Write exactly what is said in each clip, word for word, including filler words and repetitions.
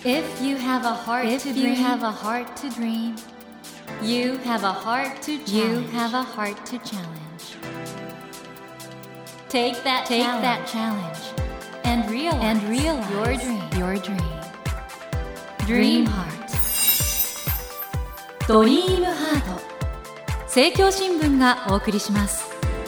If you have a heart If to dream, you have a heart to dream, you have a heart to challenge. You have a heart to challenge. Take that Take challenge, that challenge and realize, and realize your dream. Your dream. Dream Heart. Dream Heart. 政教新聞がお送りします。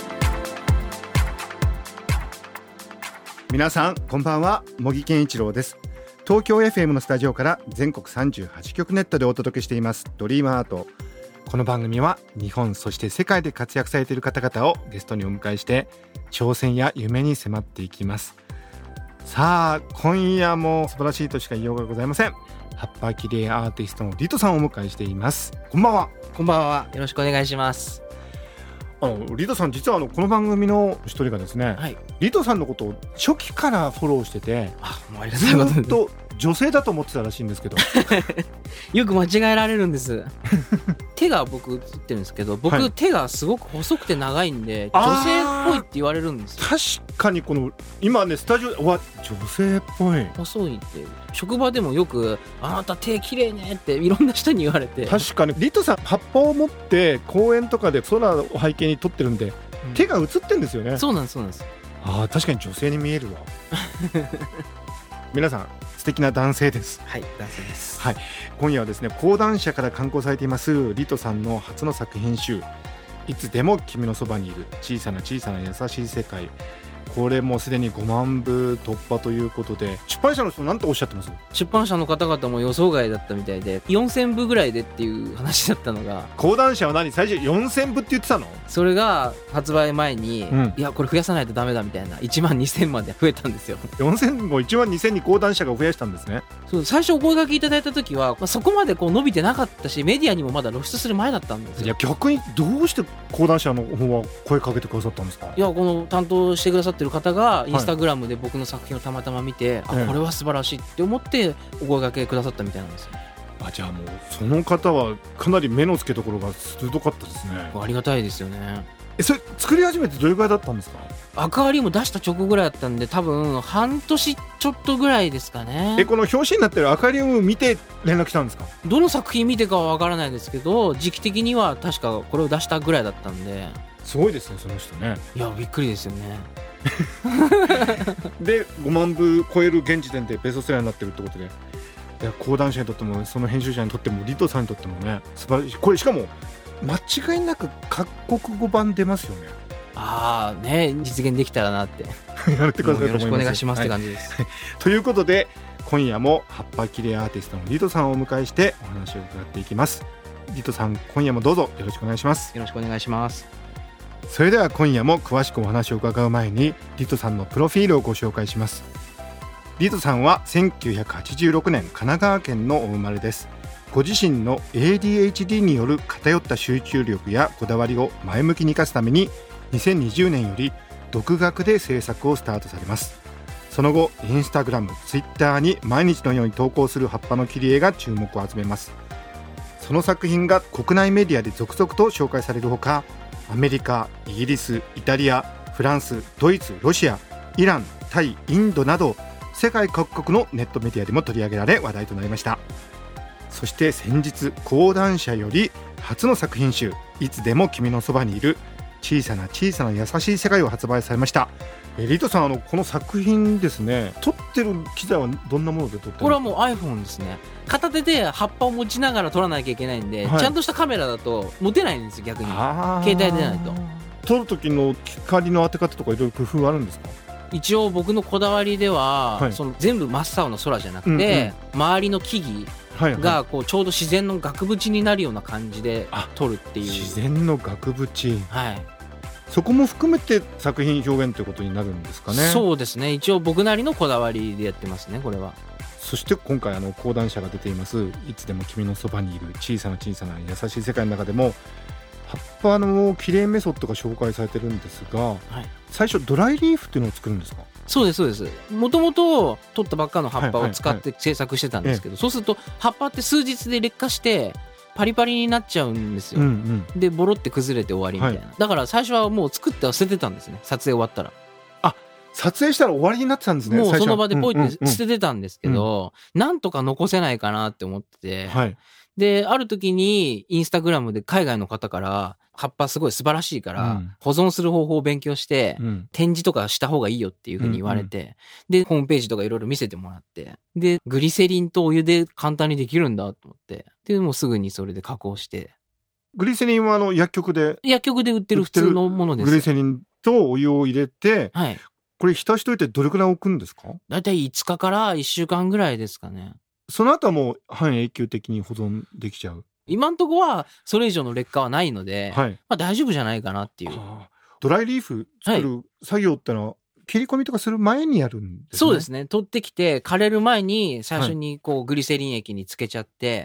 皆さんこんばんは、茂木健一郎です。東京 エフエム のスタジオから全国さんじゅうはちきょくネットでお届けしていますドリームアート。この番組は日本そして世界で活躍されている方々をゲストにお迎えして挑戦や夢に迫っていきます。さあ今夜も素晴らしいとしか言いようがございません。葉っぱきれいアーティストのリトさんをお迎えしています。こんばんは。 こんばんは、よろしくお願いします。 あのリトさん実はあのこの番組の一人がですね、はい、リトさんのことを初期からフォローしてて、 あ、もうありがたいことです。 ずっと女性だと思ってたらしいんですけどよく間違えられるんです手が僕映ってるんですけど、僕、はい、手がすごく細くて長いんで女性っぽいって言われるんですよ。 確かにこの今ねスタジオは女性っぽい、 細いって職場でもよくあなた手綺麗ねっていろんな人に言われて。 確かにリトさん葉っぱを持って公園とかで空を背景に撮ってるんで、うん、手が映ってるんですよね。 そうなんですそうなんです。 あ、確かに女性に見えるわ皆さん素敵な男性です。 はい、男性です。 はい、今夜はですね講談社から刊行されていますリトさんの初の作品集、いつでも君のそばにいる小さな小さな優しい世界、これもすでにごまんぶ突破ということで、出版社の人なんておっしゃってます？ 出版社の方々も予想外だったみたいで、よんせんぶぐらいでっていう話だったのが、 講談社は何最初よんせんぶって言ってたの？ それが発売前に、うん、いやこれ増やさないとダメだみたいな、いちまんにせんまで増えたんですよ。 よんせんもいちまんにせんに講談社が増やしたんですね。 そう、最初お声掛けいただいた時は、まあ、そこまでこう伸びてなかったし、メディアにもまだ露出する前だったんですよ。 いや逆にどうして講談社の方は声かけてくださったんですか？ いやこの担当してくださってる方がインスタグラムで僕の作品をたまたま見て、はい、あこれは素晴らしいって思ってお声掛けくださったみたいなんですよ。 あ、じゃあもうその方はかなり目の付けどころが鋭かったですね。 ありがたいですよね。 え、それ作り始めてどれぐらいだったんですか？ アクアリウム出した直後ぐらいだったんで、多分半年ちょっとぐらいですかね。 え、この表紙になってるアクアリウム見て連絡したんですか？ どの作品見てかは分からないですけど、時期的には確かこれを出したぐらいだったんで。 すごいですねその人ね。 いやびっくりですよねでごまんぶ超える現時点でベストセラーになってるってことで、いや講談社にとってもその編集者にとってもリトさんにとってもね素晴らしい。これしかも間違いなく各国語版出ますよね。 ああね、実現できたらなってやってくださいと思います。 よろしくお願いしますって感じです、 はい、ということで今夜も葉っぱきれいアーティストのリトさんをお迎えしてお話を伺っていきます。リトさん今夜もどうぞよろしくお願いします。 よろしくお願いします。 それでは今夜も詳しくお話を伺う前にリトさんのプロフィールをご紹介します。リトさんはせんきゅうひゃくはちじゅうろくねん神奈川県のお生まれです。ご自身の エーディーエイチディー による偏った集中力やこだわりを前向きに生かすためににせんにじゅうねんより独学で制作をスタートされます。その後インスタグラム、ツイッターに毎日のように投稿する葉っぱの切り絵が注目を集めます。その作品が国内メディアで続々と紹介されるほか、アメリカ、イギリス、イタリア、フランス、ドイツ、ロシア、イラン、タイ、インドなど世界各国のネットメディアでも取り上げられ話題となりました。そして先日講談社より初の作品集、いつでも君のそばにいる小さな小さな優しい世界を発売されました。えリトさん、あのこの作品ですね、撮ってる機材はどんなもので撮ってるんですか？ これはもう iPhone ですね。片手で葉っぱを持ちながら撮らなきゃいけないんで、はい、ちゃんとしたカメラだと持てないんですよ。逆に携帯でないと。 撮る時の光の当て方とかいろいろ工夫あるんですか？ 一応僕のこだわりでは、はい、その全部真っ青な空じゃなくて、うんうん、周りの木々がこうちょうど自然の額縁になるような感じで撮るっていう。 自然の額縁、 はい、 そこも含めて作品表現ということになるんですかね？ そうですね、一応僕なりのこだわりでやってますね、これは。 そして今回あの講談社が出ていますいつでも君のそばにいる小さな小さな優しい世界の中でも葉っぱのきれいメソッドが紹介されてるんですが、はい、最初ドライリーフっていうのを作るんですか？ そうですそうです。もともと取ったばっかの葉っぱを使って制作してたんですけど、はいはいはい、そうすると葉っぱって数日で劣化してパリパリになっちゃうんですよ、うんうん、でボロって崩れて終わりみたいな、はい、だから最初はもう作っては捨ててたんですね、撮影終わったら。 あ、 撮影したら終わりになってたんですね。 もうその場でポイって捨ててたんですけど、うんうんうん、なんとか残せないかなって思ってて、はい、である時にインスタグラムで海外の方から葉っぱすごい素晴らしいから、うん、保存する方法を勉強して、うん、展示とかした方がいいよっていう風に言われて、うんうん、でホームページとかいろいろ見せてもらって、でグリセリンとお湯で簡単にできるんだと思って、でもうすぐにそれで加工して。 グリセリンはあの薬局で薬局で売ってる普通のものです。 グリセリンとお湯を入れて、はい、これ浸しといてどれくらい置くんですか？ だいたいいつかからいっしゅうかんぐらいですかね。 その後はもう半永久的に保存できちゃう？ 今んとこはそれ以上の劣化はないので、はい、まあ大丈夫じゃないかなっていう。はあ、 ドライリーフ作る作業ってのは、切り込みとかする前にやるんですね。 そうですね。取ってきて枯れる前に最初にこうグリセリン液につけちゃって、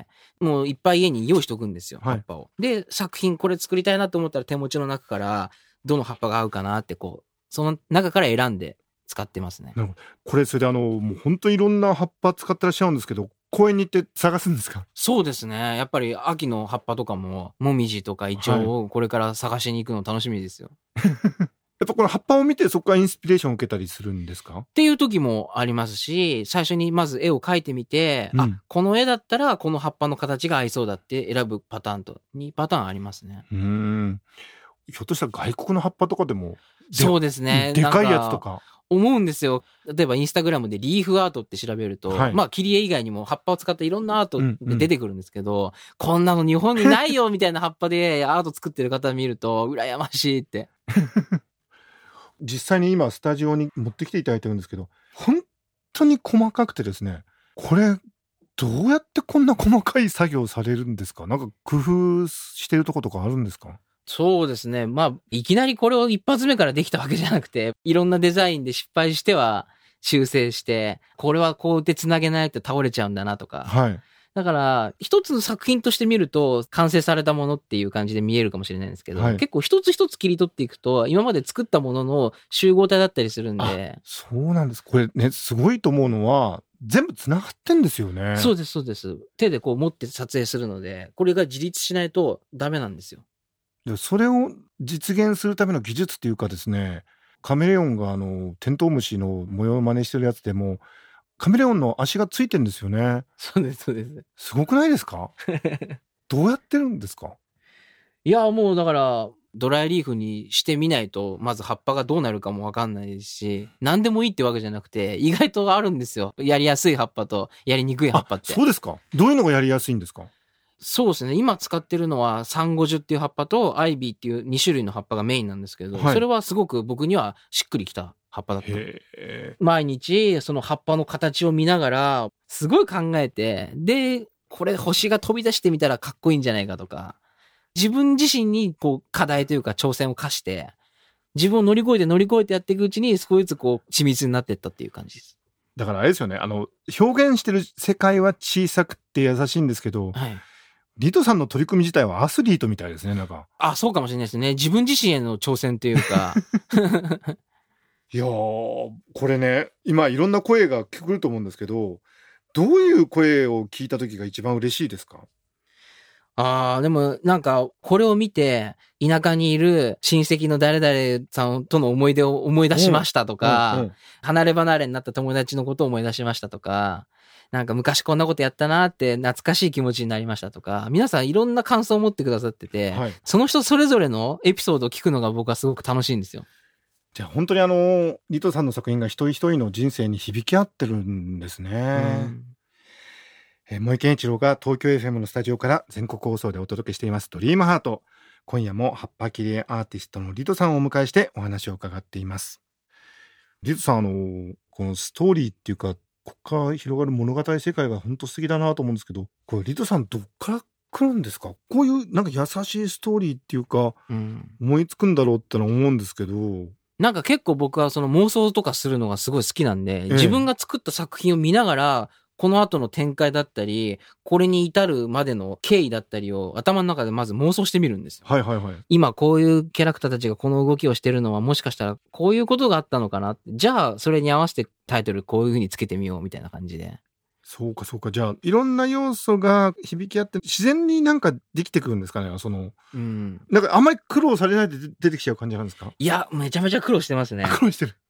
はい、もういっぱい家に用意しとくんですよ、葉っぱを。で作品これ作りたいなと思ったら手持ちの中からどの葉っぱが合うかなってこうその中から選んで使ってますね。 これそれであのもう本当にいろんな葉っぱ使ってらっしゃるんですけど、公園に行って探すんですか？ そうですね。やっぱり秋の葉っぱとかももみじとかイチョウをこれから探しに行くの楽しみですよ。 はいやっぱこの葉っぱを見てそこからインスピレーションを受けたりするんですか？ っていう時もありますし、最初にまず絵を描いてみて、うん、あこの絵だったらこの葉っぱの形が合いそうだって選ぶパターンとにパターンありますね。 うーん、ひょっとしたら外国の葉っぱとかでもそうですね。 でかいやつとか思うんですよ。例えばインスタグラムでリーフアートって調べると、はい、まあ切り絵以外にも葉っぱを使ったいろんなアートで出てくるんですけど、うんうん、こんなの日本にないよみたいな葉っぱでアート作ってる方見ると羨ましいって実際に今スタジオに持ってきていただいてるんですけど、本当に細かくてですね、これどうやってこんな細かい作業されるんですか？なんか工夫してるとことかあるんですか？ そうですね。まあいきなりこれを一発目からできたわけじゃなくて、いろんなデザインで失敗しては修正して、これはこうやってつなげないと倒れちゃうんだなとか、はい、だから一つの作品として見ると完成されたものっていう感じで見えるかもしれないんですけど、はい、結構一つ一つ切り取っていくと今まで作ったものの集合体だったりするんで。 そうなんです。これねすごいと思うのは全部つながってんですよね。 そうですそうです。手でこう持って撮影するので、これが自立しないとダメなんですよ。 でそれを実現するための技術っていうかですね、カメレオンがあのテントウムシの模様を真似してるやつでもカメレオンの足がついてんですよね。 そうですそうです。 すごくないですか？どうやってるんですか？ いやもうだからドライリーフにしてみないとまず葉っぱがどうなるかも分かんないですし、何でもいいってわけじゃなくて意外とあるんですよ。やりやすい葉っぱとやりにくい葉っぱって。 そうですか？どういうのがやりやすいんですか？ そうですね。今使ってるのはサンゴジュっていう葉っぱとアイビーっていうに種類の葉っぱがメインなんですけど、はい、それはすごく僕にはしっくりきた葉っぱだった。毎日その葉っぱの形を見ながらすごい考えて、でこれ星が飛び出してみたらかっこいいんじゃないかとか、自分自身にこう課題というか挑戦を課して自分を乗り越えて乗り越えてやっていくうちに少しずつこう緻密になっていったっていう感じです。 だからあれですよね、あの表現してる世界は小さくて優しいんですけど、はい、リトさんの取り組み自体はアスリートみたいですね。なんかあ、そうかもしれないですね。自分自身への挑戦というかいやーこれね今いろんな声が聞こえると思うんですけど、どういう声を聞いた時が一番嬉しいですか？ あーでもなんかこれを見て田舎にいる親戚の誰々さんとの思い出を思い出しましたとか、うんうんうん、離れ離れになった友達のことを思い出しましたとか、なんか昔こんなことやったなって懐かしい気持ちになりましたとか、皆さんいろんな感想を持ってくださってて、はい、その人それぞれのエピソードを聞くのが僕はすごく楽しいんですよ。 じゃあ本当にあのリトさんの作品が一人一人の人生に響き合ってるんですね。うんえー、萌健一郎が東京 エフエム のスタジオから全国放送でお届けしていますドリームハート。今夜も葉っぱ切り絵アーティストのリトさんをお迎えしてお話を伺っています。リトさん、あのこのストーリーっていうかここから広がる物語世界が本当素敵だなと思うんですけど、これリトさんどっから来るんですか？こういうなんか優しいストーリーっていうか、うん、思いつくんだろうってのは思うんですけど、 なんか結構僕はその妄想とかするのがすごい好きなんで、ええ、自分が作った作品を見ながらこの後の展開だったりこれに至るまでの経緯だったりを頭の中でまず妄想してみるんですよ。 はいはいはい。 今こういうキャラクターたちがこの動きをしてるのはもしかしたらこういうことがあったのかな、じゃあそれに合わせてタイトルこういう風につけてみようみたいな感じで。 そうかそうか。じゃあいろんな要素が響き合って自然になんかできてくるんですかね。その、うん、なんかあんまり苦労されないで出てきちゃう感じなんですか？ いやめちゃめちゃ苦労してますね。 苦労してる。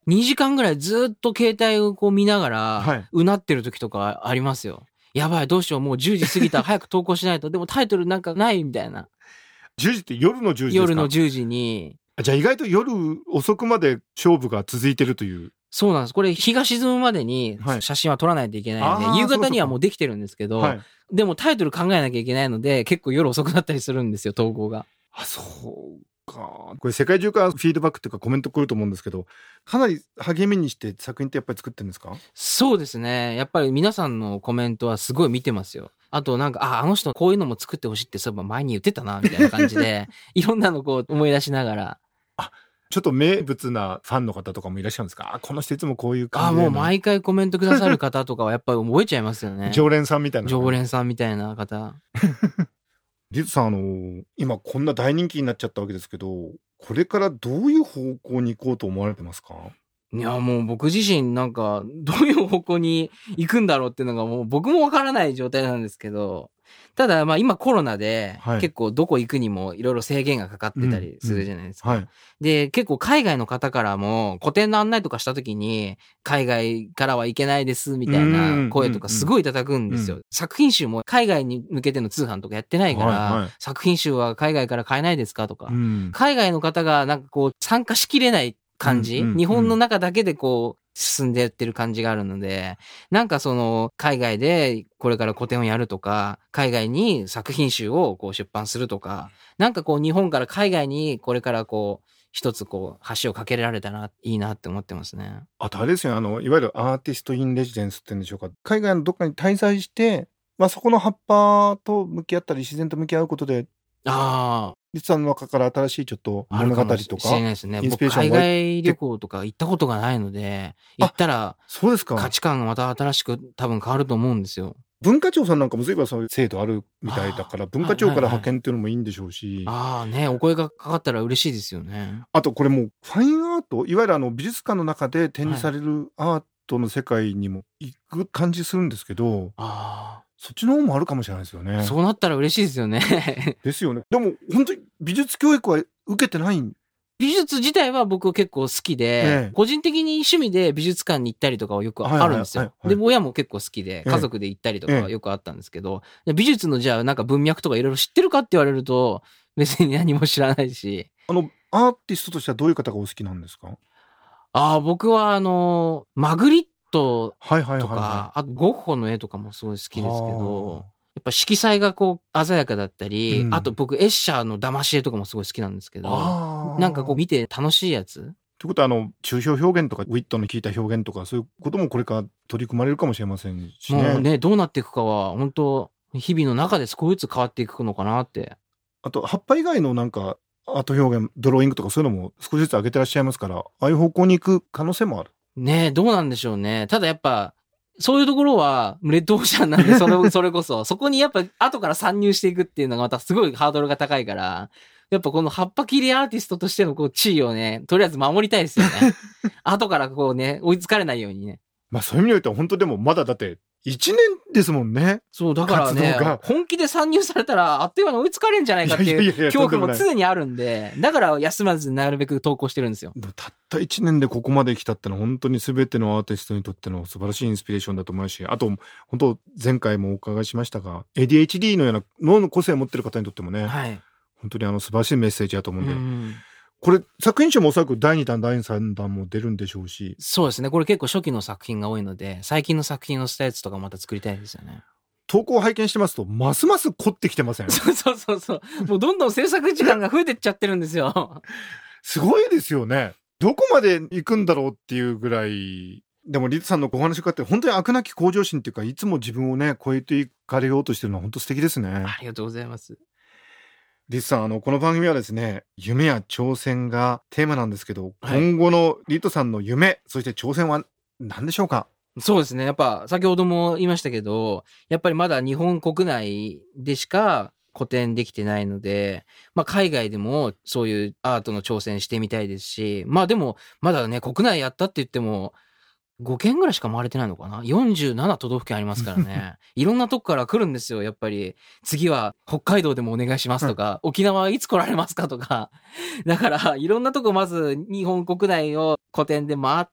にじかんぐらいずっと携帯をこう見ながら、 はい、 うなってる時とかありますよ。やばい、どうしよう、もうじゅうじ過ぎた、早く投稿しないと。でもタイトルなんかないみたいな。 じゅうじって夜のじゅうじですか？ 夜のじゅうじに。 じゃあ意外と夜遅くまで勝負が続いてるという。 そうなんです。これ日が沈むまでに写真は撮らないといけないので、はい、夕方にはもうできてるんですけど、はい、でもタイトル考えなきゃいけないので、結構夜遅くなったりするんですよ、投稿が。 あ、そうか。これ世界中からフィードバックっていうかコメント来ると思うんですけど、かなり励みにして作品ってやっぱり作ってるんですか？ そうですね。やっぱり皆さんのコメントはすごい見てますよ。あとなんか、あ、あの人こういうのも作ってほしいってそういえば前に言ってたな、みたいな感じで、いろんなのこう思い出しながら。 あ、ちょっと名物なファンの方とかもいらっしゃるんですか？あ、この人いつもこういう感じで。あ、もう毎回コメントくださる方とかはやっぱり覚えちゃいますよね。 常連さんみたいな。 常連さんみたいな方。 リツさん、あの、今こんな大人気になっちゃったわけですけど、これからどういう方向に行こうと思われてますか？ いや、もう僕自身なんか、どういう方向に行くんだろうっていうのがもう僕もわからない状態なんですけど、ただまあ今コロナで結構どこ行くにもいろいろ制限がかかってたりするじゃないですか。 うんうんはい、 で、結構海外の方からも個展の案内とかした時に海外からは行けないですみたいな声とかすごいいただくんですよ。うんうん、作品集も海外に向けての通販とかやってないから、はいはい、作品集は海外から買えないですかとか、うん、海外の方がなんかこう参加しきれない感じ、うんうんうん、日本の中だけでこう進んでってる感じがあるので、なんかその海外でこれから個展をやるとか、海外に作品集をこう出版するとか、なんかこう日本から海外にこれからこう一つこう橋を架けられたらいいなって思ってますね。 あとあれですよ、あのいわゆるアーティストインレジデンスって言うんでしょうか、海外のどっかに滞在して、まあ、そこの葉っぱと向き合ったり自然と向き合うことで、 ああ、 実はの中から新しいちょっと物語とかインスピレーションが、海外旅行とか行ったことがないので、行ったらそうですか、 価値観がまた新しく多分変わると思うんですよ。 文化庁さんなんかも随分そういう制度あるみたいだから、文化庁から派遣っていうのもいいんでしょうし、 あ、はいはいはい、ああね、お声がかかったら嬉しいですよね。 あとこれもうファインアート、いわゆるあの美術館の中で展示されるアートの世界にも行く感じするんですけど、 ああ、 そっちの方もあるかもしれないですよね。 そうなったら嬉しいですよね。 ですよね。でも本当に美術教育は受けてないん美術自体は僕結構好きで、ええ、個人的に趣味で美術館に行ったりとかはよくあるんですよ。で、親も結構好きで、家族で行ったりとかはよくあったんですけど、ええ、美術のじゃあなんか文脈とかいろいろ知ってるかって言われると、別に何も知らないし。 あの、アーティストとしてはどういう方がお好きなんですか？ ああ、僕はあの、マグリットとか、 はいはいはいはい、 あとゴッホの絵とかもすごい好きですけど、やっぱ色彩がこう鮮やかだったり、うん、あと僕エッシャーの騙し絵とかもすごい好きなんですけど、なんかこう見て楽しいやつ。ということはあの抽象表現とかウィットの効いた表現とかそういうこともこれから取り組まれるかもしれませんしね。 もうね、どうなっていくかは本当日々の中で少しずつ変わっていくのかなって。 あと葉っぱ以外のなんかアート表現、ドローイングとかそういうのも少しずつ上げてらっしゃいますから、ああいう方向に行く可能性もある。 ねえ、どうなんでしょうね。ただやっぱそういうところはレッドオーシャンなんで、それ、それこそ、そこにやっぱ後から参入していくっていうのがまたすごいハードルが高いから、やっぱこの葉っぱ切りアーティストとしてのこう地位をね、とりあえず守りたいですよね。後からこうね、追いつかれないようにね。 まあそういう意味においては本当でもまだだっていちねんですもんね。 そう、だからね、本気で参入されたらあっという間に追いつかれるんじゃないかっていう恐怖も常にあるんで、だから休まずなるべく投稿してるんですよ。 たったいちねんでここまで来たってのは本当に全てのアーティストにとっての素晴らしいインスピレーションだと思うし、あと本当前回もお伺いしましたが エーディーエイチディー のような脳の個性を持ってる方にとってもね、はい、本当にあの素晴らしいメッセージだと思うんで、うん、これ作品賞もおそらくだいにだんだいさんだんも出るんでしょうし。 そうですね、これ結構初期の作品が多いので最近の作品をしたやつとかまた作りたいですよね。 投稿を拝見してますとますます凝ってきてません？ そうそうそうそうもうどんどん制作時間が増えてっちゃってるんですよ。 すごいですよね。どこまで行くんだろうっていうぐらい。でもリツさんのお話伺って本当に飽くなき向上心っていうか、いつも自分をね超えていかれようとしてるのは本当素敵ですね。 ありがとうございます。 リツさん、あのこの番組はですね、夢や挑戦がテーマなんですけど、はい、今後のリトさんの夢そして挑戦は何でしょうか？ そうですね、やっぱ先ほども言いましたけど、やっぱりまだ日本国内でしか個展できてないので、まあ海外でもそういうアートの挑戦してみたいですし、まあでもまだね国内やったって言ってもごけんぐらいしか回れてないのかな。よんじゅうなな都道府県ありますからね。いろんなとこから来るんですよ。やっぱり次は北海道でもお願いしますとか、うん、沖縄はいつ来られますかとか。だからいろんなとこまず日本国内を古典で回って、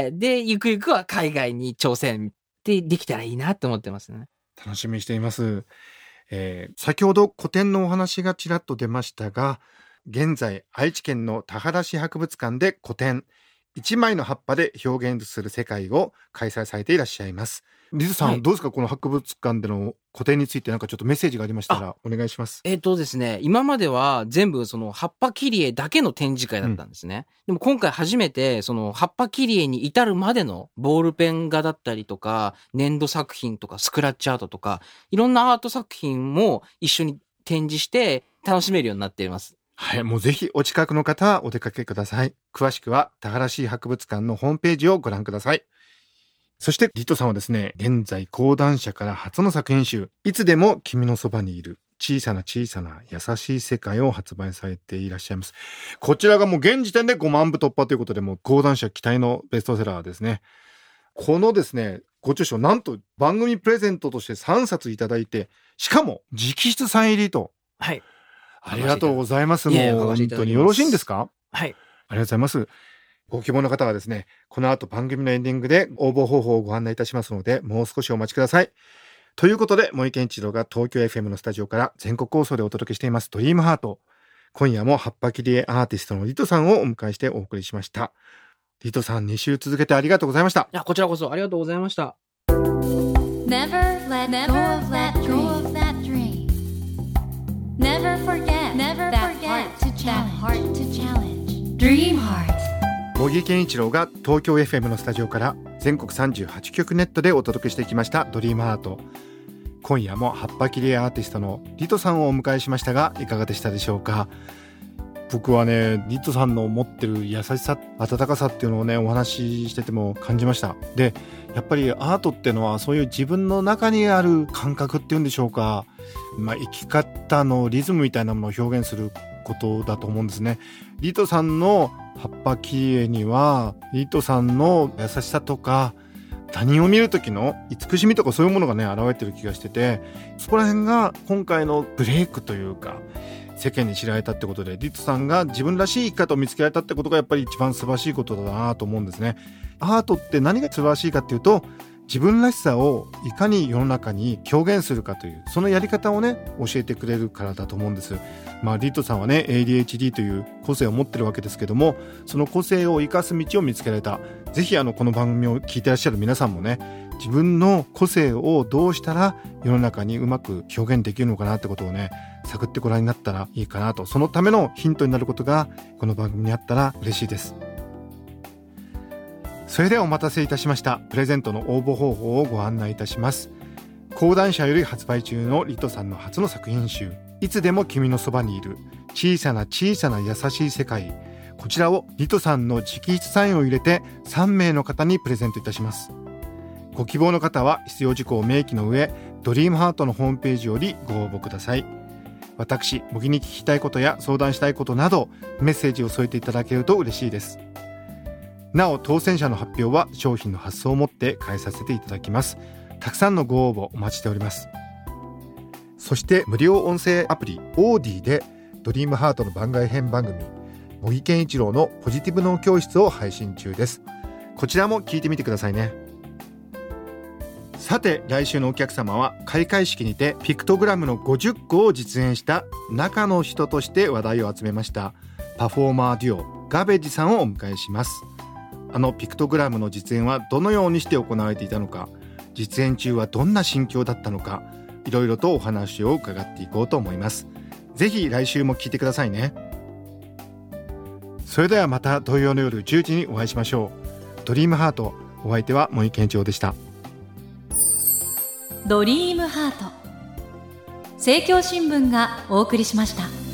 で、ゆくゆくは海外に挑戦ってできたらいいなと思ってますね。 楽しみにしています。えー、先ほど古典のお話がちらっと出ましたが、現在愛知県の田原市博物館で古典一枚の葉っぱで表現する世界を開催されていらっしゃいます。リズさん、はい、どうですか、この博物館での古典についてなんかちょっとメッセージがありましたらお願いします。 えっとですね、今までは全部その葉っぱ切り絵だけの展示会だったんですね、うん、でも今回初めてその葉っぱ切り絵に至るまでのボールペン画だったりとか粘土作品とかスクラッチアートとかいろんなアート作品も一緒に展示して楽しめるようになっています。 はい、もうぜひお近くの方はお出かけください。詳しくは田原市博物館のホームページをご覧ください。そしてリトさんはですね、現在講談社から初の作品集、いつでも君のそばにいる小さな小さな優しい世界を発売されていらっしゃいます。こちらがもう現時点でごまんぶ突破ということで、もう講談社期待のベストセラーですね。このですね、ご著書、なんと番組プレゼントとしてさんさついただいて、しかも直筆サイン入りと。 はい。 ありがとうございます。もう本当によろしいんですか？ はい。 ありがとうございます。ご希望の方はですね、この後番組のエンディングで応募方法をご案内いたしますので、もう少しお待ちください。ということで、森健一郎が東京 エフエム のスタジオから全国放送でお届けしていますドリームハート。今夜も葉っぱ切り絵アーティストのリトさんをお迎えしてお送りしました。リトさん、に週続けてありがとうございました。 いや、こちらこそありがとうございました。 Never let go of that dream. Never forget that heart to challenge. Dream Heart。 茂木健一郎が東京 エフエム のスタジオから全国さんじゅうはちきょくネットでお届けしてきましたドリームハート。今夜も葉っぱ切り絵アーティストのリトさんをお迎えしましたが、いかがでしたでしょうか。僕はね、リトさんの持ってる優しさ、温かさっていうのをね、お話ししてても感じました。で、やっぱりアートっていうのはそういう自分の中にある感覚っていうんでしょうか、まあ、生き方のリズムみたいなものを表現することだと思うんですね。リトさんの葉っぱ切り絵には、リトさんの優しさとか他人を見る時の慈しみとかそういうものがね、現れてる気がしてて、そこら辺が今回のブレイクというか世間に知られたってことで、リトさんが自分らしい生き方を見つけられたってことがやっぱり一番素晴らしいことだなと思うんですね。アートって何が素晴らしいかっていうと、自分らしさをいかに世の中に表現するかという、そのやり方をね、教えてくれるからだと思うんです。まあリトさんはね エーディーエイチディー という個性を持ってるわけですけども、その個性を生かす道を見つけられた。ぜひあのこの番組を聞いてらっしゃる皆さんもね、自分の個性をどうしたら世の中にうまく表現できるのかなってことをね、探ってご覧になったらいいかなと。そのためのヒントになることがこの番組にあったら嬉しいです。それではお待たせいたしました。プレゼントの応募方法をご案内いたします。講談社より発売中のリトさんの初の作品集、いつでも君のそばにいる小さな小さな優しい世界。こちらをリトさんの直筆サインを入れてさんめいの方にプレゼントいたします。ご希望の方は必要事項を明記の上、ドリームハートのホームページよりご応募ください。私、茂木に聞きたいことや相談したいことなどメッセージを添えていただけると嬉しいです。なお、当選者の発表は商品の発送をもって返させていただきます。たくさんのご応募お待ちしております。そして無料音声アプリオーディでドリームハートの番外編番組、茂木健一郎のポジティブ脳教室を配信中です。こちらも聞いてみてくださいね。さて、来週のお客様は開会式にてピクトグラムのごじゅっこを実演した中の人として話題を集めましたパフォーマーデュオガベージさんをお迎えします。あのピクトグラムの実演はどのようにして行われていたのか、実演中はどんな心境だったのか、いろいろとお話を伺っていこうと思います。ぜひ来週も聞いてくださいね。それではまた土曜の夜じゅうじにお会いしましょう。ドリームハート、お相手は森健一郎でした。 ドリームハート、政教新聞がお送りしました。